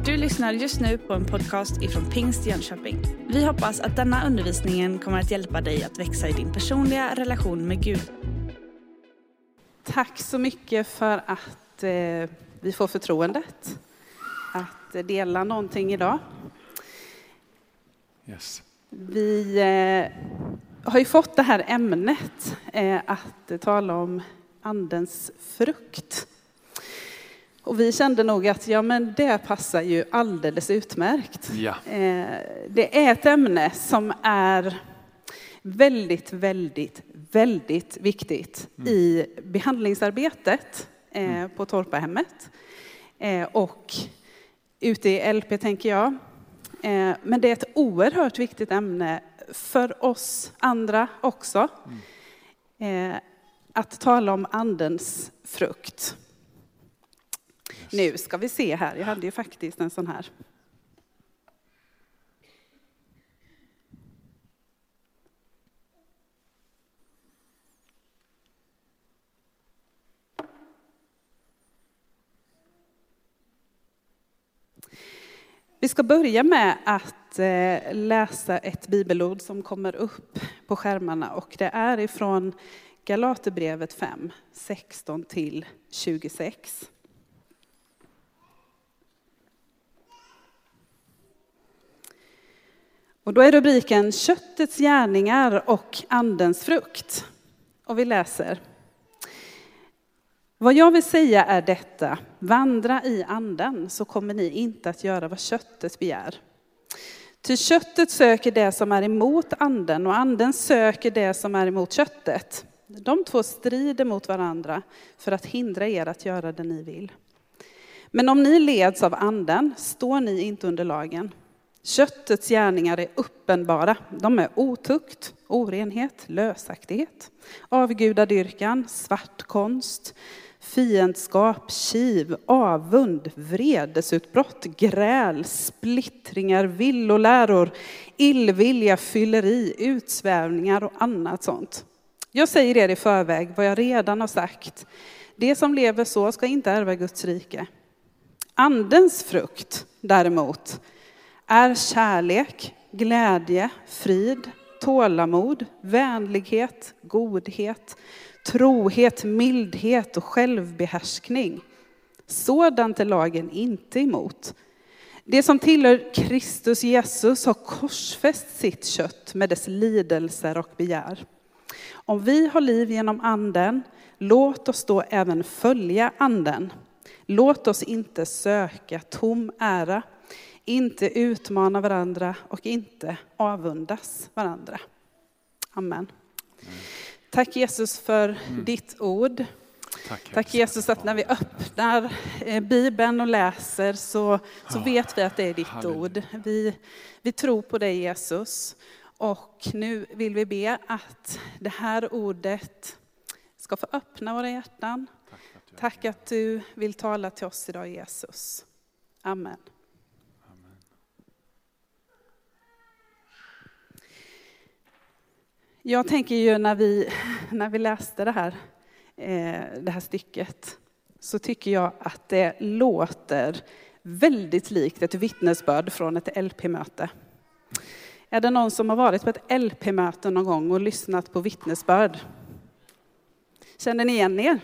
Du lyssnar just nu på en podcast ifrån Pingst Jönköping. Vi hoppas att denna undervisning kommer att hjälpa dig att växa i din personliga relation med Gud. Tack så mycket för att vi får förtroendet att dela någonting idag. Yes. Vi har ju fått det här ämnet att tala om andens frukt. Och vi kände nog att det passar ju alldeles utmärkt. Ja. Det är ett ämne som är väldigt, väldigt, väldigt viktigt i behandlingsarbetet på Torpahemmet. Och ute i LP tänker jag. Men det är ett oerhört viktigt ämne för oss andra också. Att tala om andens frukt. Yes. Nu ska vi se här. Jag hade ju faktiskt en sån här. Vi ska börja med att läsa ett bibelord som kommer upp på skärmarna. Och det är ifrån Galaterbrevet 5, 16-26. Och då är rubriken Köttets gärningar och andens frukt. Och vi läser. Vad jag vill säga är detta, vandra i anden så kommer ni inte att göra vad köttet begär. Ty köttet söker det som är emot anden och anden söker det som är emot köttet. De två strider mot varandra för att hindra er att göra det ni vill. Men om ni leds av anden står ni inte under lagen. Köttets gärningar är uppenbara. De är otukt, orenhet, lösaktighet, avgudadyrkan, svartkonst, fiendskap, kiv, avund, vredesutbrott, gräl, splittringar, villoläror, illvilja, fylleri, utsvävningar och annat sånt. Jag säger er i förväg vad jag redan har sagt. Det som lever så ska inte ärva Guds rike. Andens frukt däremot är kärlek, glädje, frid, tålamod, vänlighet, godhet, trohet, mildhet och självbehärskning. Sådant är lagen inte emot. Det som tillhör Kristus Jesus har korsfäst sitt kött med dess lidelser och begär. Om vi har liv genom anden, låt oss då även följa anden. Låt oss inte söka tom ära, inte utmana varandra och inte avundas varandra. Amen. Tack Jesus för ditt ord. Tack Jesus att när vi öppnar Bibeln och läser så vet vi att det är ditt ord. Vi tror på dig Jesus. Och nu vill vi be att det här ordet ska få öppna våra hjärtan. Tack att du vill tala till oss idag Jesus. Amen. Jag tänker ju när vi läste det här stycket så tycker jag att det låter väldigt likt ett vittnesbörd från ett LP-möte. Är det någon som har varit på ett LP-möte någon gång och lyssnat på vittnesbörd? Känner ni igen er?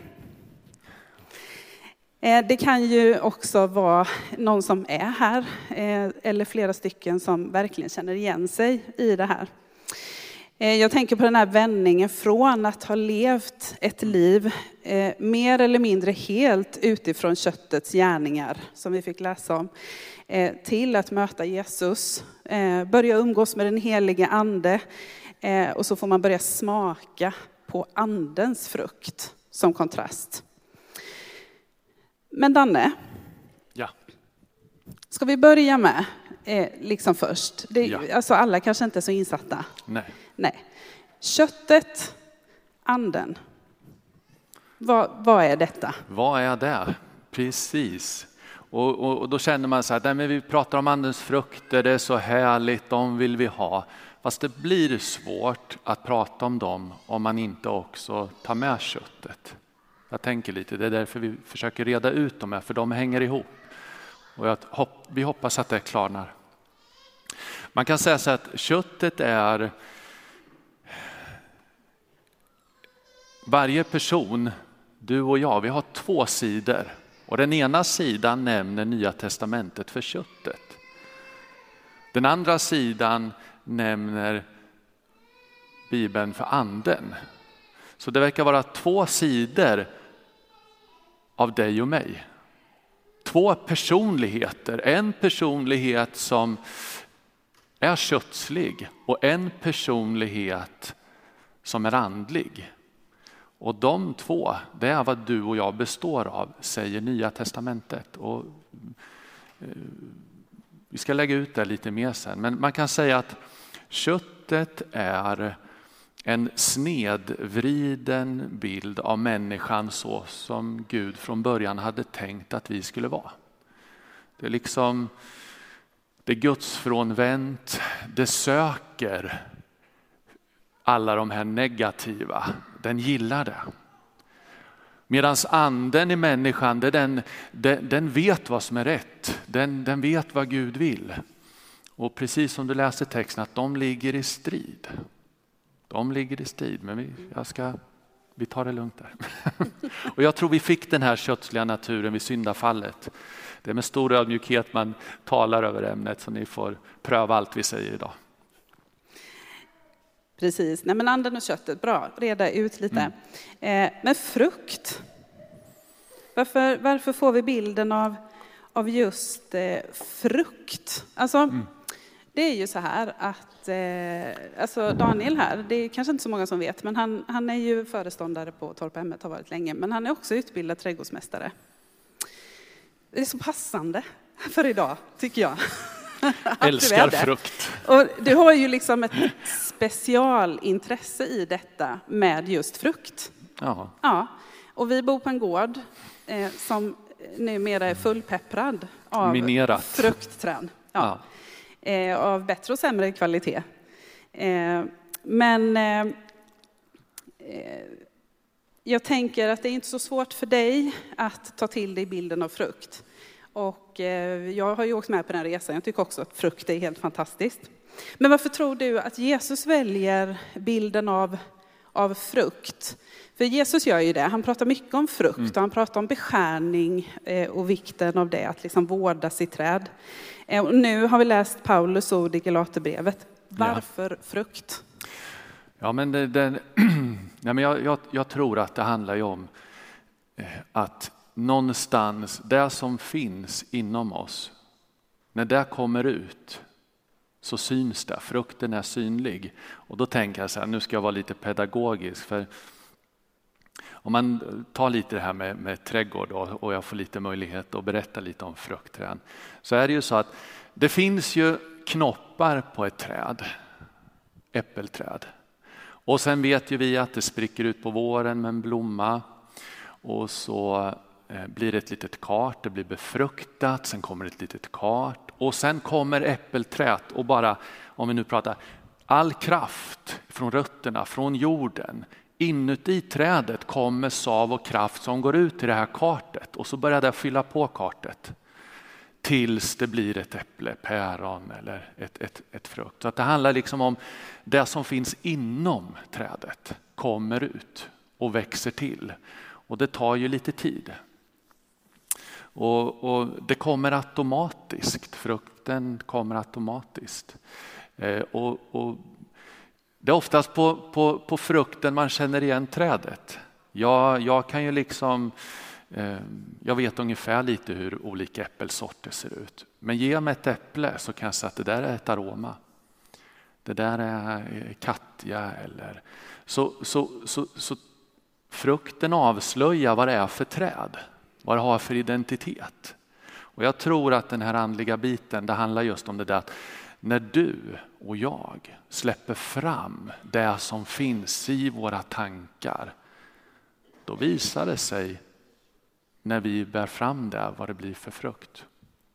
Det kan ju också vara någon som är här eller flera stycken som verkligen känner igen sig i det här. Jag tänker på den här vändningen från att ha levt ett liv mer eller mindre helt utifrån köttets gärningar som vi fick läsa om. Till att möta Jesus, börja umgås med den helige ande och så får man börja smaka på andens frukt som kontrast. Men Danne, ja. Ska vi börja med liksom först? Ja. Alltså alla kanske inte är så insatta. Nej. Köttet, anden. Vad är detta? Vad är det? Precis. Och då känner man så här, men vi pratar om andens frukter, det är så härligt, de vill vi ha. Fast det blir svårt att prata om dem om man inte också tar med köttet. Jag tänker lite, det är därför vi försöker reda ut dem här, för de hänger ihop. Och vi hoppas att det klarnar. Man kan säga så att köttet är varje person, du och jag, vi har två sidor. Och den ena sidan nämner Nya testamentet för köttet. Den andra sidan nämner Bibeln för anden. Så det verkar vara två sidor av dig och mig. Två personligheter. En personlighet som är kötslig och en personlighet som är andlig. Och de två, det är vad du och jag består av, säger Nya testamentet. Och vi ska lägga ut det lite mer sen. Men man kan säga att köttet är en snedvriden bild av människan så som Gud från början hade tänkt att vi skulle vara. Det är liksom, det är gudsfrånvänt, det söker alla de här negativa, den gillar det. Medan anden i människan, den vet vad som är rätt, den vet vad Gud vill. Och precis som du läste texten att de ligger i strid. De ligger i strid, men vi tar det lugnt där. Och jag tror vi fick den här kötsliga naturen vid syndafallet. Det är med stor ödmjukhet man talar över ämnet, så ni får pröva allt vi säger idag. Precis, nej men anden och köttet, bra, reda ut lite. Men frukt, varför får vi bilden av just frukt? Alltså, det är ju så här att alltså Daniel här, det är kanske inte så många som vet, men han är ju föreståndare på Torphemmet, har varit länge, men han är också utbildad trädgårdsmästare. Det är så passande för idag, tycker jag. Älskar frukt. Och du har ju liksom ett specialintresse i detta med just frukt. Ja. Och vi bor på en gård som numera är fullpepprad av fruktträd. Ja. Av bättre och sämre kvalitet. Men jag tänker att det är inte så svårt för dig att ta till dig bilden av frukt. Och jag har ju åkt med på den resan. Jag tycker också att frukt är helt fantastiskt. Men varför tror du att Jesus väljer bilden av frukt? För Jesus gör ju det. Han pratar mycket om frukt och han pratar om beskärning och vikten av det, att liksom vårda sitt träd. Och nu har vi läst Paulus ord i Galaterbrevet. Varför frukt? Ja, men jag tror att det handlar ju om att någonstans, det som finns inom oss, när det kommer ut så syns det, frukten är synlig. Och då tänker jag så här, nu ska jag vara lite pedagogisk, för om man tar lite det här med trädgård och jag får lite möjlighet att berätta lite om fruktträd, så är det ju så att det finns ju knoppar på ett träd, äppelträd. Och sen vet ju vi att det spricker ut på våren med en blomma och så blir det ett litet kart, det blir befruktat, sen kommer ett litet kart och sen kommer äppelträdet och bara, om vi nu pratar, all kraft från rötterna, från jorden, inuti trädet kommer sav och kraft som går ut till det här kartet och så börjar det fylla på kartet tills det blir ett äpple, päron eller ett frukt. Så att det handlar liksom om det som finns inom trädet kommer ut och växer till. Och det tar ju lite tid. Och det kommer automatiskt, frukten kommer automatiskt. Och det är oftast på frukten man känner igen trädet. Jag kan ju liksom, jag vet ungefär lite hur olika äppelsorter ser ut. Men ge mig ett äpple så kan jag säga att det där är ett aroma. Det där är katja eller så frukten avslöjar vad det är för träd. Vad det har för identitet. Och jag tror att den här andliga biten, det handlar just om det där att när du och jag släpper fram det som finns i våra tankar, då visar det sig när vi bär fram det vad det blir för frukt.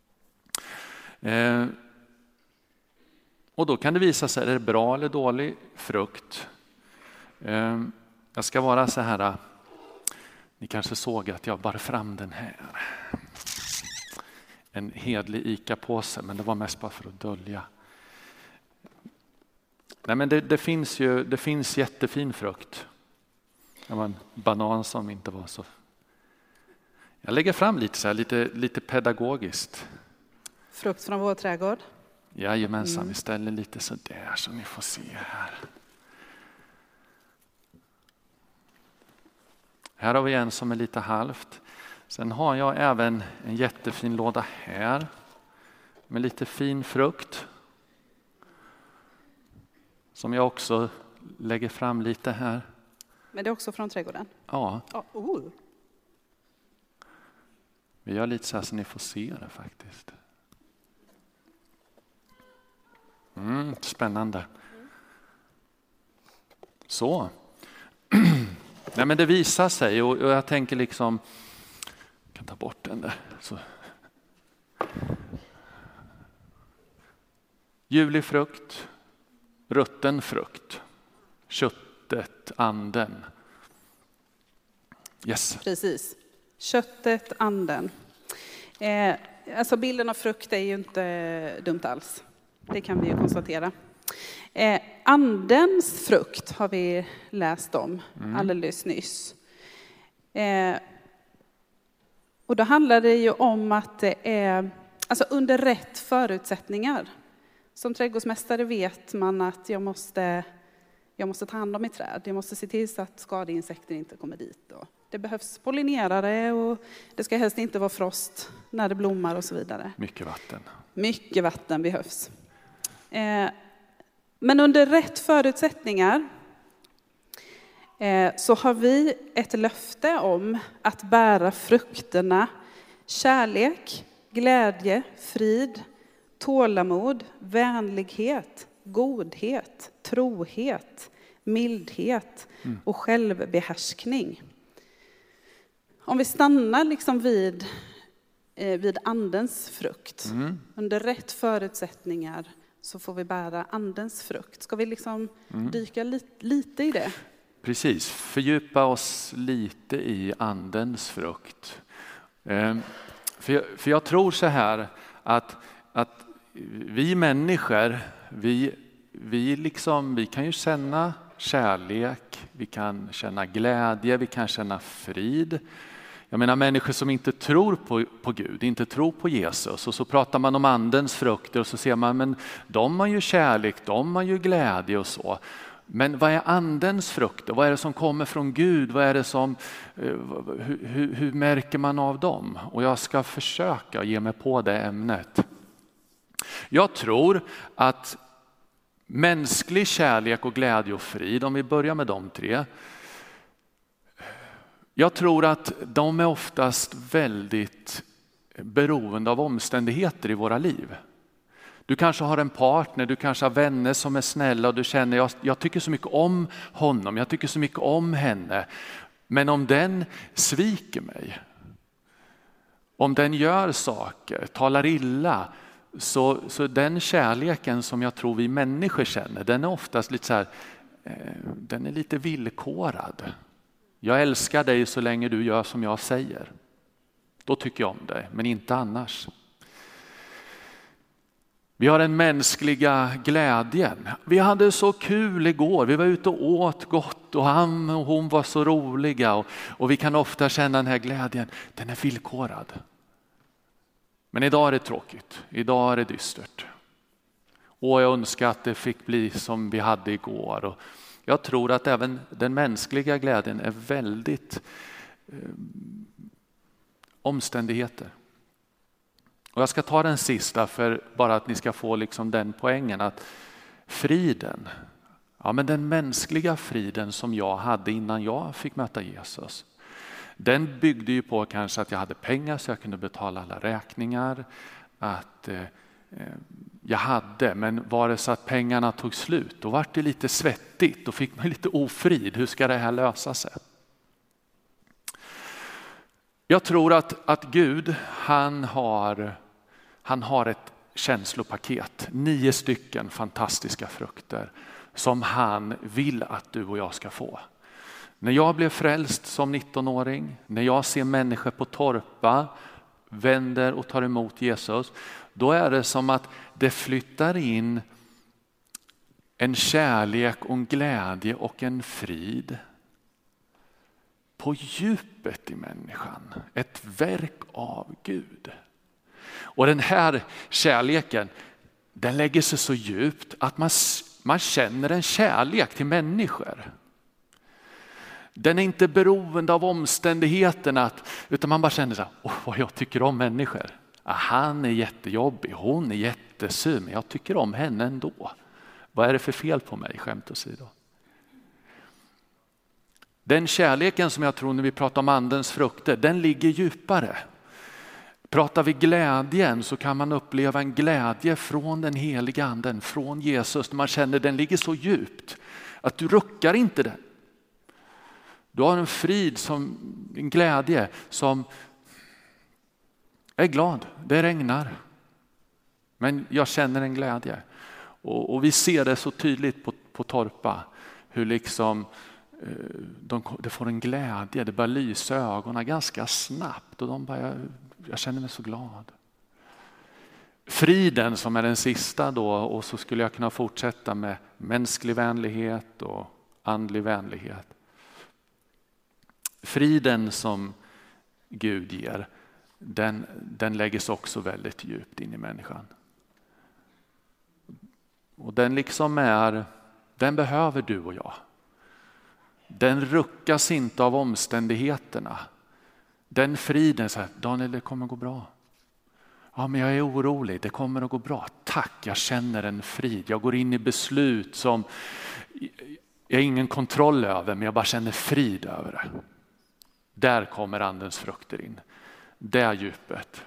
Och då kan det visa sig, är det bra eller dålig frukt? Jag ska vara så här, ni kanske såg att jag bar fram den här. en hedlig ICA-påse, men det var mest bara för att dölja. Nej, men det finns jättefin frukt. Det var en banan som inte var så. Jag lägger fram lite pedagogiskt. Frukt från vår trädgård. Jajamensan, vi ställer lite så där så ni får se här. Här har vi en som är lite halvt. Sen har jag även en jättefin låda här med lite fin frukt. Som jag också lägger fram lite här. Men det är också från trädgården? Ja. Oh. Vi gör lite så här så ni får se det faktiskt. Spännande. Så. Nej, men det visar sig och jag tänker liksom, jag kan ta bort den där. Så. Ljuvlig frukt, rutten frukt, köttet, anden. Yes. Precis. Köttet, anden. Alltså bilden av frukt är ju inte dumt alls. Det kan vi ju konstatera. Andens frukt har vi läst om alldeles nyss. Och då handlar det ju om att det är alltså under rätt förutsättningar. Som trädgårdsmästare vet man att jag måste ta hand om mitt träd. Jag måste se till så att skadeinsekter inte kommer dit. Det behövs pollinerare och det ska helst inte vara frost när det blommar och så vidare. Mycket vatten. Mycket vatten behövs. Men under rätt förutsättningar så har vi ett löfte om att bära frukterna kärlek, glädje, frid, tålamod, vänlighet, godhet, trohet, mildhet och självbehärskning. Om vi stannar liksom vid andens frukt, under rätt förutsättningar så får vi bära andens frukt. Ska vi liksom dyka lite i det? Precis, fördjupa oss lite i andens frukt. För jag tror så här att vi människor, vi kan ju känna kärlek, vi kan känna glädje, vi kan känna frid. Jag menar människor som inte tror på Gud, inte tror på Jesus, och så pratar man om andens frukter och så ser man, men de har ju kärlek, de har ju glädje och så. Men vad är andens frukter? Vad är det som kommer från Gud? Vad är det som, hur märker man av dem? Och jag ska försöka ge mig på det ämnet. Jag tror att mänsklig kärlek och glädje och frid, om vi börjar med de tre. Jag tror att de är oftast väldigt beroende av omständigheter i våra liv. Du kanske har en partner, du kanske har vänner som är snälla och du känner jag tycker så mycket om honom, jag tycker så mycket om henne. Men om den sviker mig, om den gör saker, talar illa, så den kärleken som jag tror vi människor känner, den är oftast lite så här, den är lite villkorad. Jag älskar dig så länge du gör som jag säger. Då tycker jag om dig, men inte annars. Vi har den mänskliga glädjen. Vi hade så kul igår. Vi var ute och åt gott och han och hon var så roliga. Och vi kan ofta känna den här glädjen. Den är villkorad. Men idag är det tråkigt. Idag är det dystert. Och jag önskar att det fick bli som vi hade igår. Och jag tror att även den mänskliga glädjen är väldigt omständigheter. Och jag ska ta den sista för bara att ni ska få liksom den poängen att friden, ja men den mänskliga friden som jag hade innan jag fick möta Jesus, den byggde ju på kanske att jag hade pengar så jag kunde betala alla räkningar, att jag hade, men var det så att pengarna tog slut, då var det lite svettigt, då fick man lite ofrid, hur ska det här lösa sig? Jag tror att Gud, han har ett känslopaket, 9 stycken fantastiska frukter som han vill att du och jag ska få. När jag blev frälst som 19-åring, när jag ser människor på torpa vänder och tar emot Jesus, då är det som att det flyttar in en kärlek och en glädje och en frid på djupet i människan. Ett verk av Gud. Och den här kärleken, den lägger sig så djupt att man känner en kärlek till människor. Den är inte beroende av omständigheterna, utan man bara känner så här, vad jag tycker om människor. Han är jättejobbig, hon är jättesur, men jag tycker om henne ändå. Vad är det för fel på mig, skämt åsido? Den kärleken som jag tror när vi pratar om andens frukter, den ligger djupare. Pratar vi glädjen så kan man uppleva en glädje från den heliga anden, från Jesus. När man känner den ligger så djupt att du ruckar inte den. Du har en frid, en glädje som är glad. Det regnar. Men jag känner en glädje. Och vi ser det så tydligt på Torpa. Hur liksom det får en glädje. Det börjar lysa ögonen ganska snabbt. Och jag känner mig så glad. Friden som är den sista då. Och så skulle jag kunna fortsätta med mänsklig vänlighet och andlig vänlighet. Friden som Gud ger, den läggs också väldigt djupt in i människan. Och den behöver du och jag. Den ruckas inte av omständigheterna. Den friden, så här, Daniel, det kommer gå bra. Ja, men jag är orolig, det kommer att gå bra. Tack, jag känner en frid. Jag går in i beslut som jag har ingen kontroll över, men jag bara känner frid över det. Där kommer andens frukter in. Det djupet.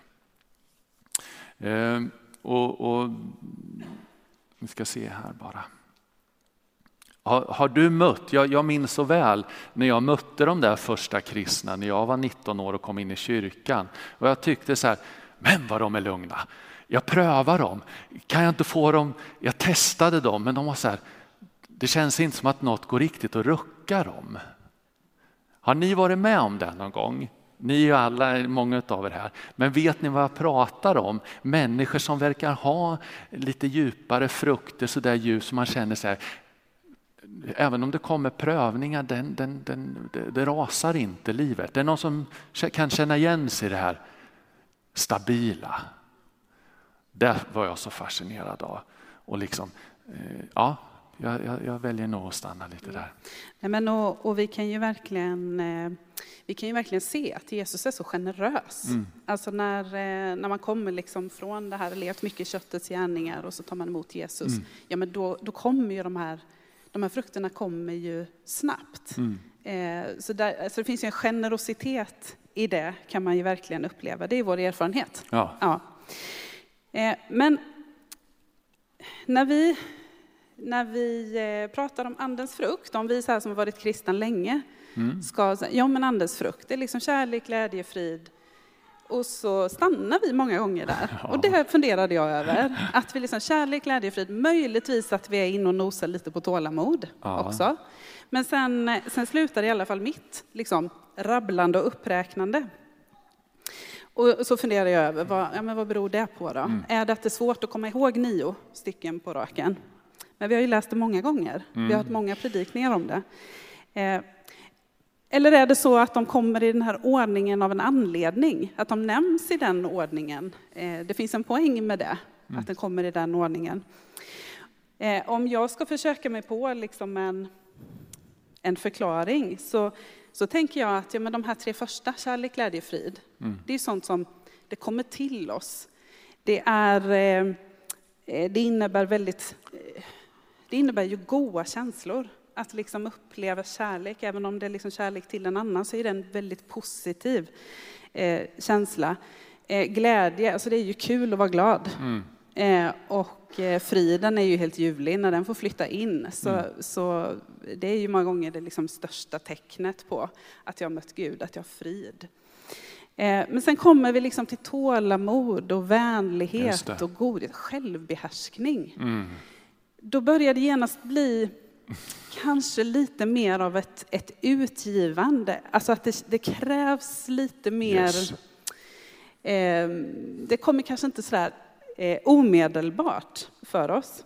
Och vi ska se här bara. Har du mött, jag minns så väl när jag mötte de där första kristna när jag var 19 år och kom in i kyrkan. Och jag tyckte så här, men vad de är lugna. Jag prövar dem. Kan jag inte få dem? Jag testade dem, men de var så här, det känns inte som att något går riktigt att rucka dem. Har ni varit med om det någon gång? Ni är ju alla, många av er här. Men vet ni vad jag pratar om? Människor som verkar ha lite djupare frukter, så där djup som man känner så här. Även om det kommer prövningar, det rasar inte livet. Det är någon som kan känna igen sig i det här stabila. Det var jag så fascinerad av. Och liksom, ja, jag väljer nog att stanna lite där. Nej, men och vi kan ju verkligen se att Jesus är så generös. Alltså när man kommer liksom från det här, levt mycket köttets gärningar och så tar man emot Jesus. Ja, men då kommer ju de här frukterna kommer ju snabbt. Så det finns ju en generositet i det, kan man ju verkligen uppleva. Det är vår erfarenhet. Ja. Men när vi pratar om andens frukt, om vi så här som har varit kristna länge, ska säga, ja men andens frukt, det är liksom kärlek, glädje, frid. Och så stannar vi många gånger där. Ja. Och det funderade jag över. Att vi liksom kärlek, glädje, frid, möjligtvis att vi är inne och nosar lite på tålamod också. Men sen slutar det i alla fall mitt liksom rabblande och uppräknande. Och så funderar jag över, vad beror det på då? Är det att det är svårt att komma ihåg 9 stycken på raken? Men vi har ju läst det många gånger. Vi har haft många predikningar om det. Eller är det så att de kommer i den här ordningen av en anledning? Att de nämns i den ordningen? Det finns en poäng med det, att den kommer i den ordningen. Om jag ska försöka mig på liksom en förklaring så tänker jag att men de här 3 första, kärlek, glädje, frid, det är sånt som det kommer till oss. Det innebär ju goda känslor. Att liksom uppleva kärlek, även om det är liksom kärlek till en annan, så är det en väldigt positiv känsla. Glädje, alltså det är ju kul att vara glad. Och friden är ju helt ljuvlig när den får flytta in. Så det är ju många gånger det liksom största tecknet på att jag har mött Gud, att jag har frid. Men sen kommer vi liksom till tålamod och vänlighet och godhet, självbehärskning. Då börjar det genast bli kanske lite mer av ett utgivande. Alltså att det krävs lite mer Det kommer kanske inte så där omedelbart för oss.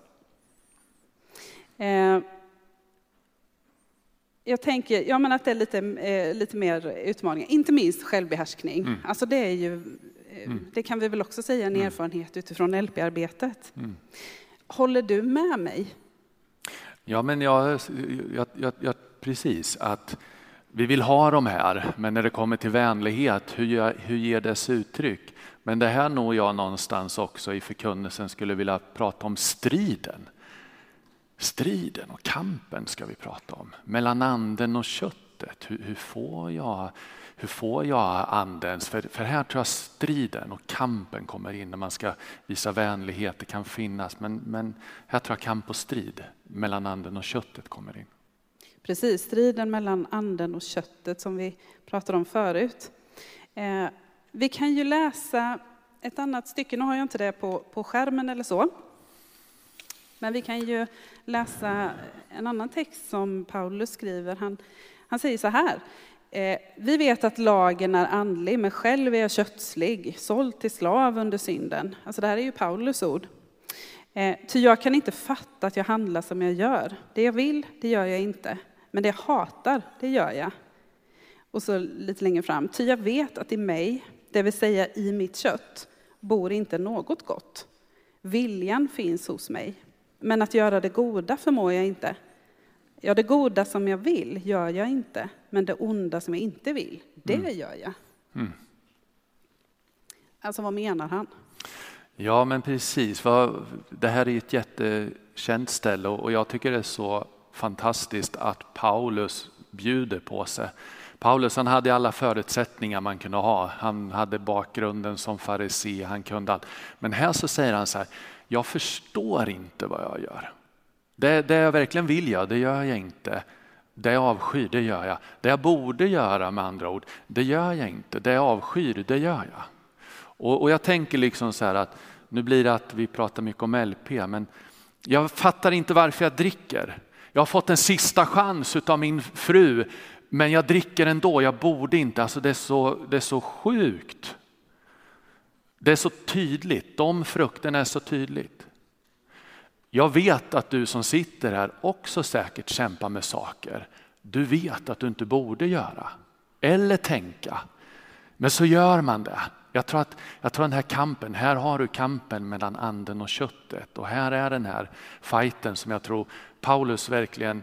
Jag tänker att det är lite mer utmaningar, inte minst självbehärskning. Alltså det är ju, det kan vi väl också säga en erfarenhet utifrån LP-arbetet. Håller du med mig? Ja, men jag precis att vi vill ha de här, men när det kommer till vänlighet, hur ger det uttryck? Men det här nog jag någonstans också i förkunnelsen skulle vilja prata om striden. Striden och kampen ska vi prata om. Mellan anden och köttet. Hur får jag andens? För här tror jag striden och kampen kommer in när man ska visa vänlighet. Det kan finnas. Men här tror jag kamp och strid mellan anden och köttet kommer in. Precis, striden mellan anden och köttet som vi pratade om förut. Vi kan ju läsa ett annat stycke. Nu har jag inte det på skärmen eller så. Men vi kan ju läsa en annan text som Paulus skriver. Han säger så här. Vi vet att lagen är andlig, men själv är jag kötslig, såld till slav under synden. Alltså det här är ju Paulus ord. Ty jag kan inte fatta att jag handlar som jag gör. Det jag vill, det gör jag inte. Men det jag hatar, det gör jag. Och så lite längre fram. Ty jag vet att i mig, det vill säga i mitt kött, bor inte något gott. Viljan finns hos mig. Men att göra det goda förmår jag inte. Ja, det goda som jag vill gör jag inte. Men det onda som jag inte vill, det gör jag. Alltså vad menar han? Ja, men precis. Det här är ett jättekänt ställe och jag tycker det är så fantastiskt att Paulus bjuder på sig. Paulus, han hade alla förutsättningar man kunde ha. Han hade bakgrunden som farisé, han kunde allt. Men här så säger han så här, jag förstår inte vad jag gör. Det jag verkligen vill göra, det gör jag inte. Det jag avskyr, det gör jag. Det jag borde göra med andra ord, det gör jag inte. Det jag avskyr, det gör jag. Och jag tänker liksom så här att, nu blir det att vi pratar mycket om LP, men jag fattar inte varför jag dricker. Jag har fått en sista chans av min fru, men jag dricker ändå, jag borde inte. Alltså det är så sjukt. Det är så tydligt, de frukterna är så tydligt. Jag vet att du som sitter här också säkert kämpar med saker. Du vet att du inte borde göra eller tänka. Men så gör man det. Jag tror den här kampen, här har du kampen mellan anden och köttet. Och här är den här fighten som jag tror Paulus verkligen,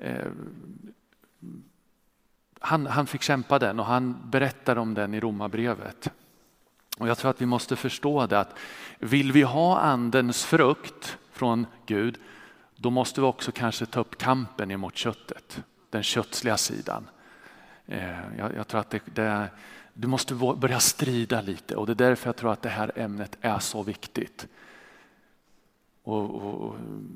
han fick kämpa den och han berättar om den i Romarbrevet. Och jag tror att vi måste förstå det att vill vi ha andens frukt från Gud, då måste vi också kanske ta upp kampen emot köttet, den kötsliga sidan. Jag tror att du måste börja strida lite och det är därför jag tror att det här ämnet är så viktigt. Och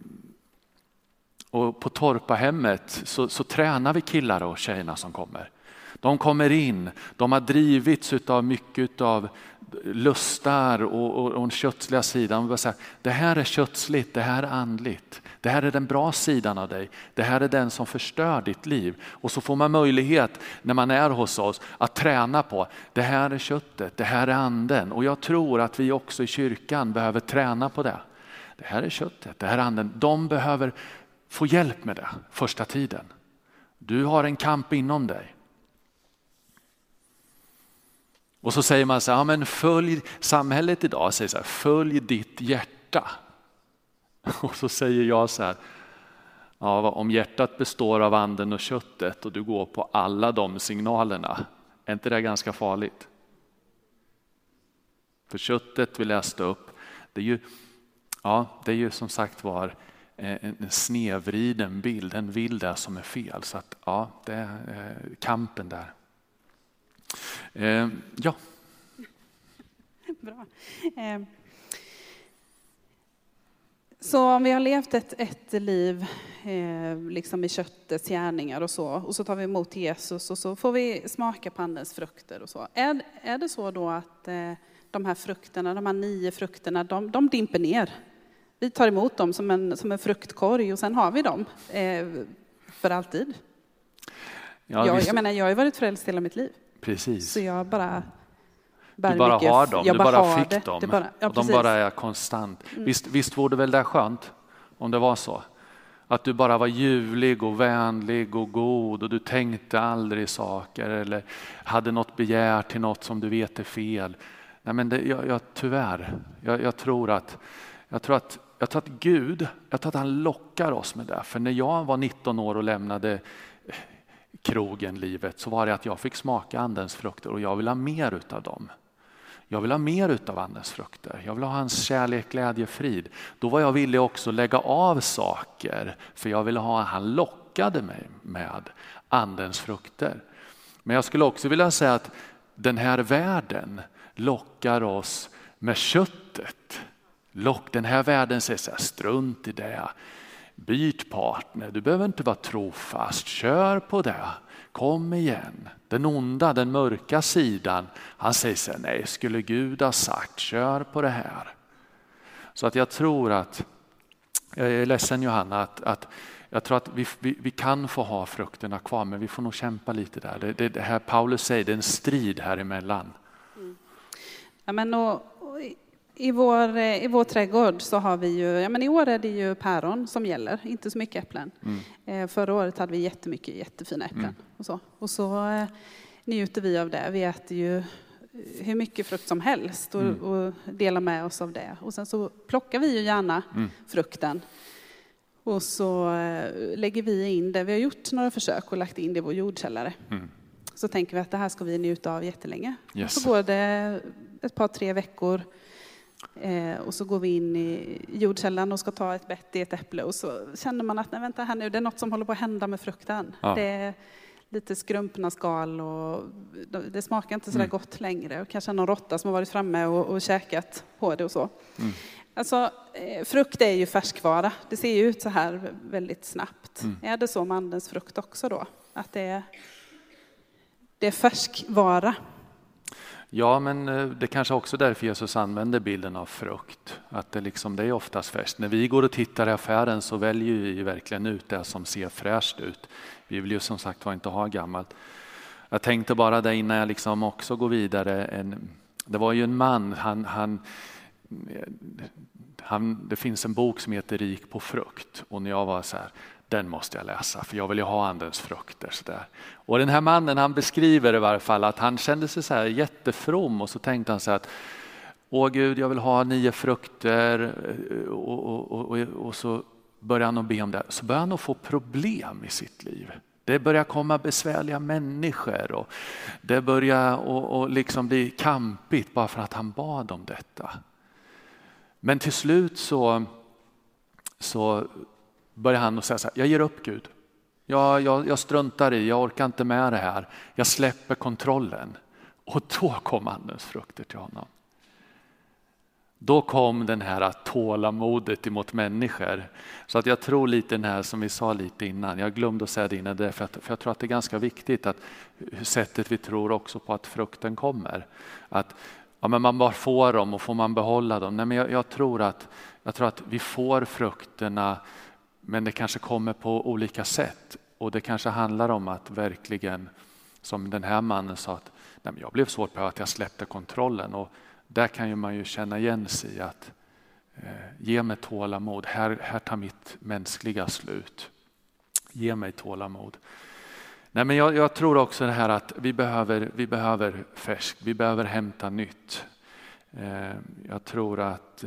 på Torpahemmet så tränar vi killar och tjejerna som kommer. De kommer in, de har drivits av mycket av lustar och den kötsliga sidan. Och säga, det här är kötsligt, det här är andligt. Det här är den bra sidan av dig. Det här är den som förstör ditt liv. Och så får man möjlighet när man är hos oss att träna på, det här är köttet, det här är anden. Och jag tror att vi också i kyrkan behöver träna på det. Det här är köttet, det här är anden. De behöver få hjälp med det första tiden. Du har en kamp inom dig. Och så säger man så här, ja, men följ samhället idag, säger så här, följ ditt hjärta. Och så säger jag så här, ja, om hjärtat består av anden och köttet och du går på alla de signalerna, är inte det ganska farligt? För köttet vi läste upp, det är ju som sagt var en snedvriden bild, en bild där som är fel. Så att ja, det är kampen där. Ja. Bra. Så om vi har levt ett liv liksom i köttets gärningar och så tar vi emot Jesus och så får vi smaka på andens frukter och så. Är det så då att de här frukterna, de här 9 frukterna, de dimper ner? Vi tar emot dem som en fruktkorg och sen har vi dem för alltid. Ja, jag har ju varit frälst hela mitt liv. Precis. Så jag bara... Du bara har dem, du bara fick det. dem. Ja, och de bara är konstant. Visst vore det väl det skönt om det var så? Att du bara var ljuvlig och vänlig och god och du tänkte aldrig saker eller hade något begär till något som du vet är fel. Nej, men tyvärr, jag tror att Gud, han lockar oss med det. För när jag var 19 år och lämnade krogen, livet, så var det att jag fick smaka andens frukter och jag vill ha mer utav dem. Jag vill ha mer utav andens frukter. Jag vill ha hans kärlek, glädje, frid. Då var jag villig också lägga av saker. För jag ville ha, han lockade mig med andens frukter. Men jag skulle också vilja säga att den här världen lockar oss med köttet. Den här världen säger så här, strunt i det. Byt partner, du behöver inte vara trofast. Kör på det. Kom igen. Den onda, den mörka sidan, han säger så här, nej, skulle Gud ha sagt, kör på det här. Så att jag tror att, jag är ledsen Johanna, att jag tror att vi kan få ha frukterna kvar, men vi får nog kämpa lite där. Det här Paulus säger, det är en strid här emellan. Ja, men i vår trädgård så har vi ju, ja men i år är det ju päron som gäller, inte så mycket äpplen. Förra året hade vi jättefina äpplen och så njuter vi av det. Vi äter ju hur mycket frukt som helst och delar med oss av det. Och sen så plockar vi ju gärna frukten och så lägger vi in det. Vi har gjort några försök och lagt in det i vår jordkällare. Så tänker vi att det här ska vi njuta av jättelänge. Yes. Så går det ett par 3 veckor. Och så går vi in i jordkällan och ska ta ett bett i ett äpple och så känner man att nej, vänta här nu, det är något som håller på att hända med frukten. Ja. Det är lite skrumpna skal och det smakar inte så där gott längre. Och kanske någon råtta som har varit framme och käkat på det och så. Alltså frukt är ju färskvara. Det ser ju ut så här väldigt snabbt. Är det så med andens frukt också då? Att det är färskvara? Ja, men det kanske också därför Jesus använder bilden av frukt. Att det är oftast färskt. När vi går och tittar i affären så väljer vi verkligen ut det som ser fräscht ut. Vi vill ju som sagt inte ha gammalt. Jag tänkte bara där innan jag också går vidare. Det var ju en man, det finns en bok som heter Rik på frukt. Och när jag var så här, den måste jag läsa för jag vill ju ha andens frukter. Så där. Och den här mannen, han beskriver i varje fall att han kände sig så här jättefrom och så tänkte han så här att åh Gud, jag vill ha 9 frukter och så börjar han att be om det. Så börjar han att få problem i sitt liv. Det börjar komma besvärliga människor och det börjar och bli kampigt bara för att han bad om detta. Men till slut så börjar han att säga så här, jag ger upp Gud. Jag struntar i, jag orkar inte med det här. Jag släpper kontrollen. Och då kom andens frukter till honom. Då kom den här tålamodet emot människor. Så att jag tror lite den här som vi sa lite innan. Jag glömde att säga det innan för jag tror att det är ganska viktigt att sättet vi tror också på att frukten kommer. Att men man bara får dem och får man behålla dem. Nej, men jag tror att vi får frukterna. Men det kanske kommer på olika sätt och det kanske handlar om att verkligen, som den här mannen sa, att nej, men jag blev svårt på att jag släppte kontrollen och där kan ju man ju känna igen sig att ge mig tålamod, här tar mitt mänskliga slut, ge mig tålamod. Nej, men jag tror också det här att vi behöver färskt, vi behöver hämta nytt. Jag tror att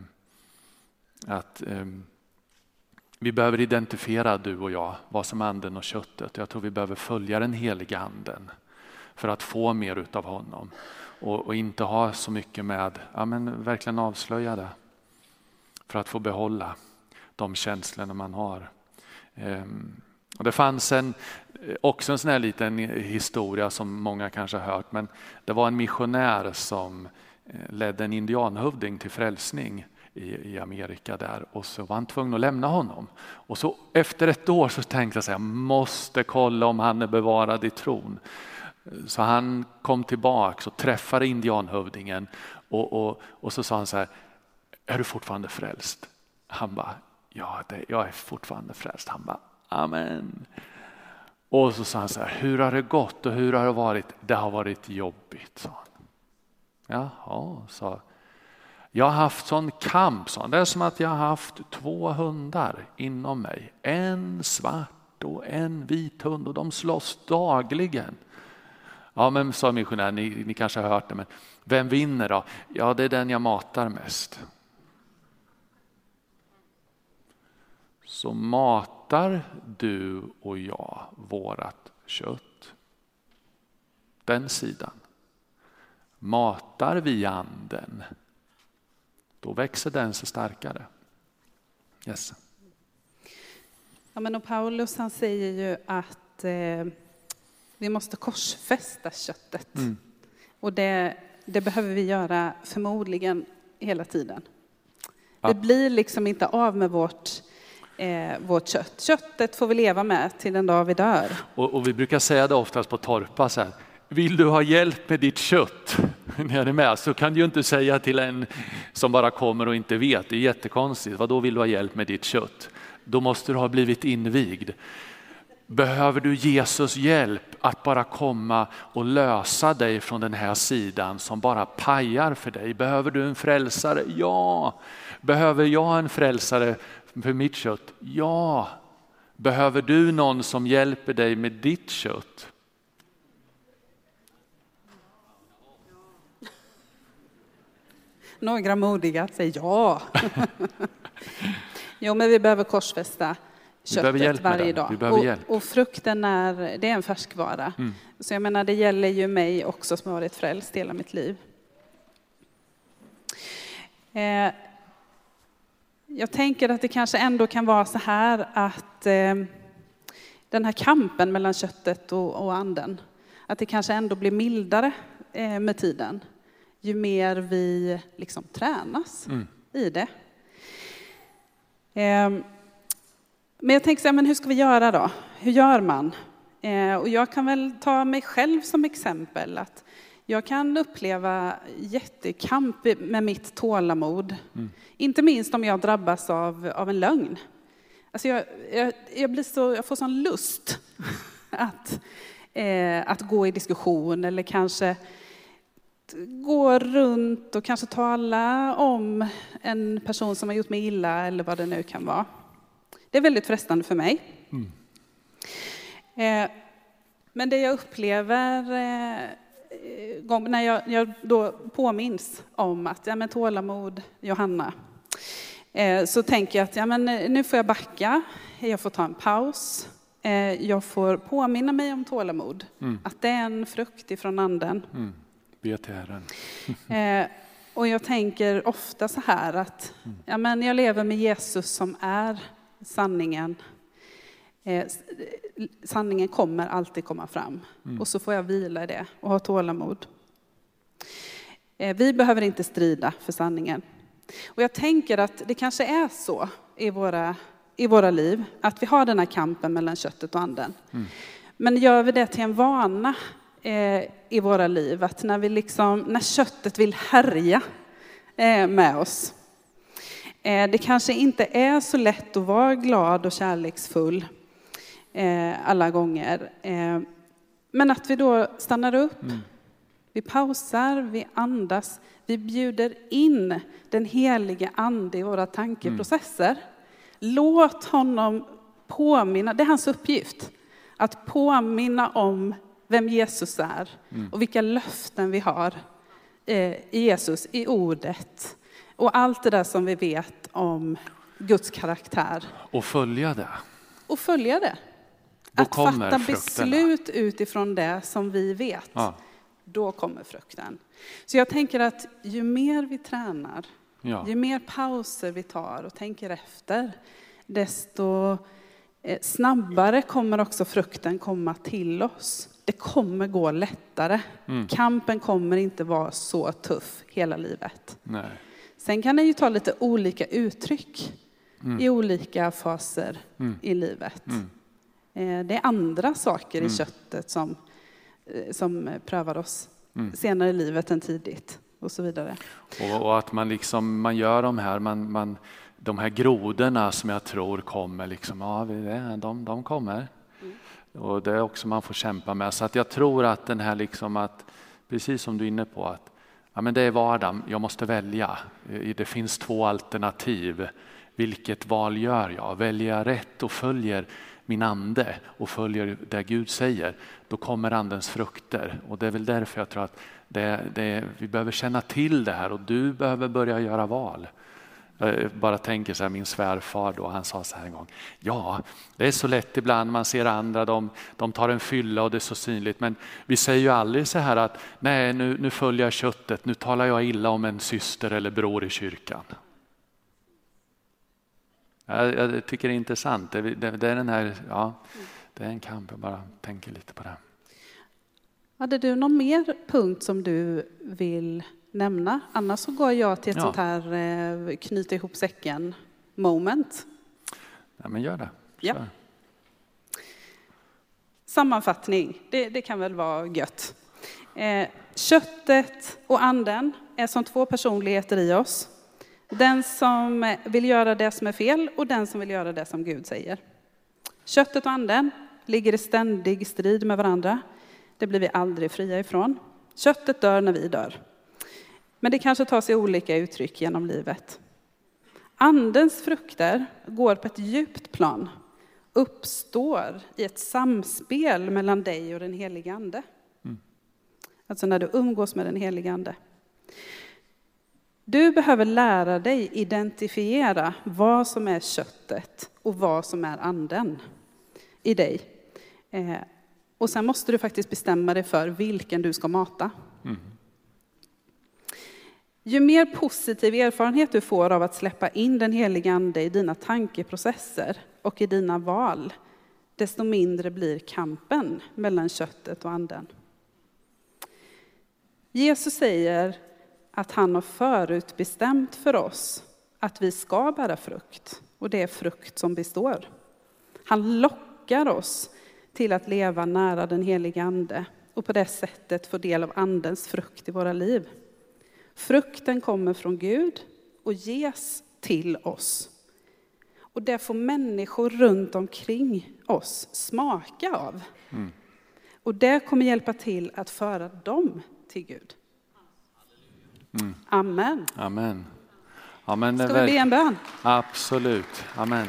vi behöver identifiera, du och jag, vad som är anden och köttet. Jag tror vi behöver följa den heliga anden för att få mer utav honom. Och inte ha så mycket med, verkligen avslöja det. För att få behålla de känslorna man har. Och det fanns också en sån här liten historia som många kanske har hört. Men det var en missionär som ledde en indianhövding till frälsning i Amerika där och så var han tvungen att lämna honom. Och så efter ett år så tänkte jag så här, jag måste kolla om han är bevarad i tron. Så han kom tillbaka och träffade indianhövdingen och så sa han så här, är du fortfarande frälst? Han bara, ja jag är fortfarande frälst. Han bara, amen. Och så sa han så här, hur har det gått och hur har det varit? Det har varit jobbigt, sa han. Jaha, sa jag har haft sån kamp. Så det är som att jag har haft 2 hundar inom mig. En svart och en vit hund och de slåss dagligen. Ja, men sa missionären, ni kanske har hört det, men vem vinner då? Ja, det är den jag matar mest. Så matar du och jag vårat kött. Den sidan. Matar vi anden, då växer den sig starkare. Yes. Ja, men och Paulus han säger ju att vi måste korsfästa köttet. Och det behöver vi göra förmodligen hela tiden. Ja. Det blir liksom inte av med vårt kött. Köttet får vi leva med till den dag vi dör. Och vi brukar säga det oftast på torpa så här. Vill du ha hjälp med ditt kött? När jag är med, så kan du ju inte säga till en som bara kommer och inte vet. Det är jättekonstigt. Vad då vill du ha hjälp med ditt kött? Då måste du ha blivit invigd. Behöver du Jesus hjälp att bara komma och lösa dig från den här sidan som bara pajar för dig? Behöver du en frälsare? Ja. Behöver jag en frälsare för mitt kött? Ja. Behöver du någon som hjälper dig med ditt kött? Några modiga säger ja. Jo, men vi behöver korsfästa köttet varje dag. Och frukten det är en färskvara. Så jag menar, det gäller ju mig också som har varit frälst hela mitt liv. Jag tänker att det kanske ändå kan vara så här att den här kampen mellan köttet och anden, att det kanske ändå blir mildare med tiden. Ju mer vi liksom tränas i det. Men jag tänker så här, men hur ska vi göra då? Hur gör man? Och jag kan väl ta mig själv som exempel. Att jag kan uppleva jättekamp med mitt tålamod. Inte minst om jag drabbas av en lögn. Alltså jag får sån lust att gå i diskussion eller kanske gå runt och kanske tala om en person som har gjort mig illa eller vad det nu kan vara. Det är väldigt frestande för mig. Men det jag upplever när jag då påminns om att men tålamod, Johanna, så tänker jag att nu får jag backa, jag får ta en paus, jag får påminna mig om tålamod, att det är en frukt ifrån anden. Be till Herren. Och jag tänker ofta så här att jag lever med Jesus som är sanningen. Sanningen kommer alltid komma fram. Och så får jag vila i det och ha tålamod. Vi behöver inte strida för sanningen. Och jag tänker att det kanske är så i våra liv att vi har den här kampen mellan köttet och anden. Men gör vi det till en vana i våra liv, att när köttet vill härja med oss, det kanske inte är så lätt att vara glad och kärleksfull alla gånger, men att vi då stannar upp, vi pausar, vi andas, vi bjuder in den helige ande i våra tankeprocesser. Låt honom påminna, det är hans uppgift, att påminna om vem Jesus är och vilka löften vi har i Jesus, i ordet. Och allt det där som vi vet om Guds karaktär. Och följa det. Att fatta beslut utifrån det som vi vet. Ja. Då kommer frukten. Så jag tänker att ju mer vi tränar, ju mer pauser vi tar och tänker efter, desto snabbare kommer också frukten komma till oss. Det kommer gå lättare. Kampen kommer inte vara så tuff hela livet. Nej. Sen kan det ju ta lite olika uttryck i olika faser i livet. Det är andra saker i köttet som prövar oss senare i livet än tidigt och så vidare. Och att man gör de här grodorna som jag tror kommer de kommer. Och det är också man får kämpa med. Så att jag tror att den här att precis som du är inne på, Ja, men det är vardag, jag måste välja. Det finns 2 alternativ. Vilket val gör jag? Väljer jag rätt och följer min ande och följer det Gud säger, då kommer andens frukter. Och det är väl därför jag tror att vi behöver känna till det här och du behöver börja göra val. Jag bara tänker så här, min svärfar då, han sa så här en gång: ja, det är så lätt ibland, man ser andra, de tar en fylla och det är så synligt, men vi säger ju aldrig så här att nej, nu följer jag köttet, nu talar jag illa om en syster eller bror i kyrkan. Jag tycker det är intressant, det är den här, ja, det är en kamp, jag bara tänker lite på det. Hade du någon mer punkt som du vill nämna? Annars så går jag till ett sånt här knyta ihop säcken moment. Ja, men gör det. Ja. Sammanfattning, det kan väl vara gött. Köttet och anden är som 2 personligheter i oss. Den som vill göra det som är fel och den som vill göra det som Gud säger. Köttet och anden ligger i ständig strid med varandra. Det blir vi aldrig fria ifrån. Köttet dör när vi dör. Men det kanske tar sig olika uttryck genom livet. Andens frukter går på ett djupt plan. Uppstår i ett samspel mellan dig och den helige ande. Alltså när du umgås med den helige ande. Du behöver lära dig identifiera vad som är köttet och vad som är anden i dig. Och sen måste du faktiskt bestämma dig för vilken du ska mata. Ju mer positiv erfarenhet du får av att släppa in den helige ande i dina tankeprocesser och i dina val, desto mindre blir kampen mellan köttet och anden. Jesus säger att han har förutbestämt för oss att vi ska bära frukt. Och det är frukt som består. Han lockar oss till att leva nära den helige ande. Och på det sättet få del av andens frukt i våra liv. Frukten kommer från Gud och ges till oss. Och det får människor runt omkring oss smaka av. Och det kommer hjälpa till att föra dem till Gud. Amen. Amen. Amen. Ska vi be en bön? Absolut. Amen.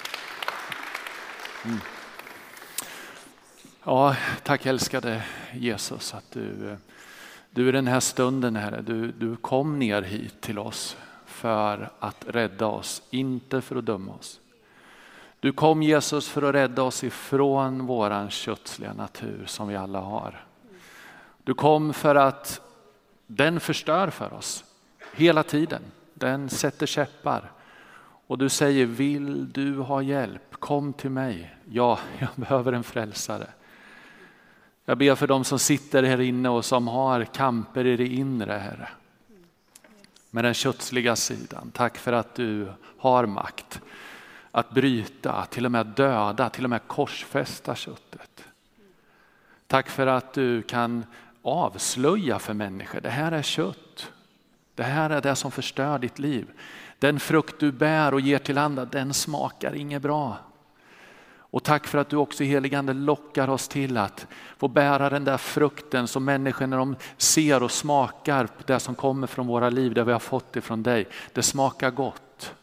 Ja, tack älskade Jesus att du i den här stunden, Herre, du kom ner hit till oss för att rädda oss, inte för att döma oss. Du kom, Jesus, för att rädda oss ifrån våran kötsliga natur som vi alla har. Du kom för att den förstör för oss hela tiden. Den sätter käppar. Och du säger, vill du ha hjälp? Kom till mig. Ja, jag behöver en frälsare. Jag ber för dem som sitter här inne och som har kamper i det inre, Herre. Med den kötsliga sidan. Tack för att du har makt att bryta, till och med döda, till och med korsfästa köttet. Tack för att du kan avslöja för människor. Det här är kött. Det här är det som förstör ditt liv. Den frukt du bär och ger till andra, den smakar inget bra. Och tack för att du också, helige ande, lockar oss till att få bära den där frukten som människor, när de ser och smakar det som kommer från våra liv, det vi har fått ifrån dig, det smakar gott.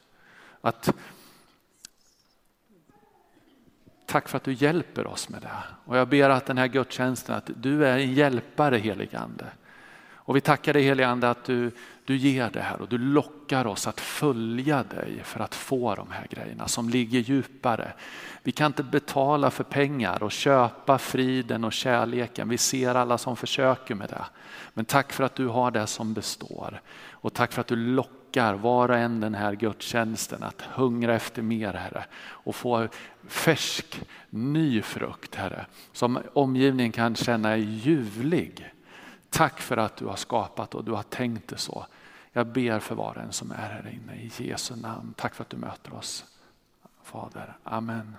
Tack för att du hjälper oss med det. Och jag ber att den här gudstjänsten, att du är en hjälpare, helige ande. Och vi tackar dig, helige ande, att du ger det här och du lockar oss att följa dig för att få de här grejerna som ligger djupare. Vi kan inte betala för pengar och köpa friden och kärleken. Vi ser alla som försöker med det. Men tack för att du har det som består. Och tack för att du lockar var och en den här gudstjänsten att hungra efter mer, Herre. Och få färsk, ny frukt, Herre. Som omgivningen kan känna är ljuvlig. Tack för att du har skapat och du har tänkt det så. Jag ber för var en som är här inne i Jesu namn. Tack för att du möter oss, Fader. Amen.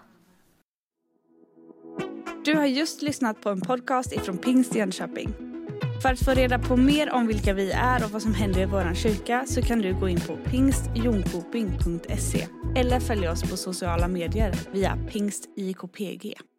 Du har just lyssnat på en podcast ifrån Pingst Jönköping. För att få reda på mer om vilka vi är och vad som händer i våran kyrka så kan du gå in på pingstjonkoping.se eller följa oss på sociala medier via pingstjkpg.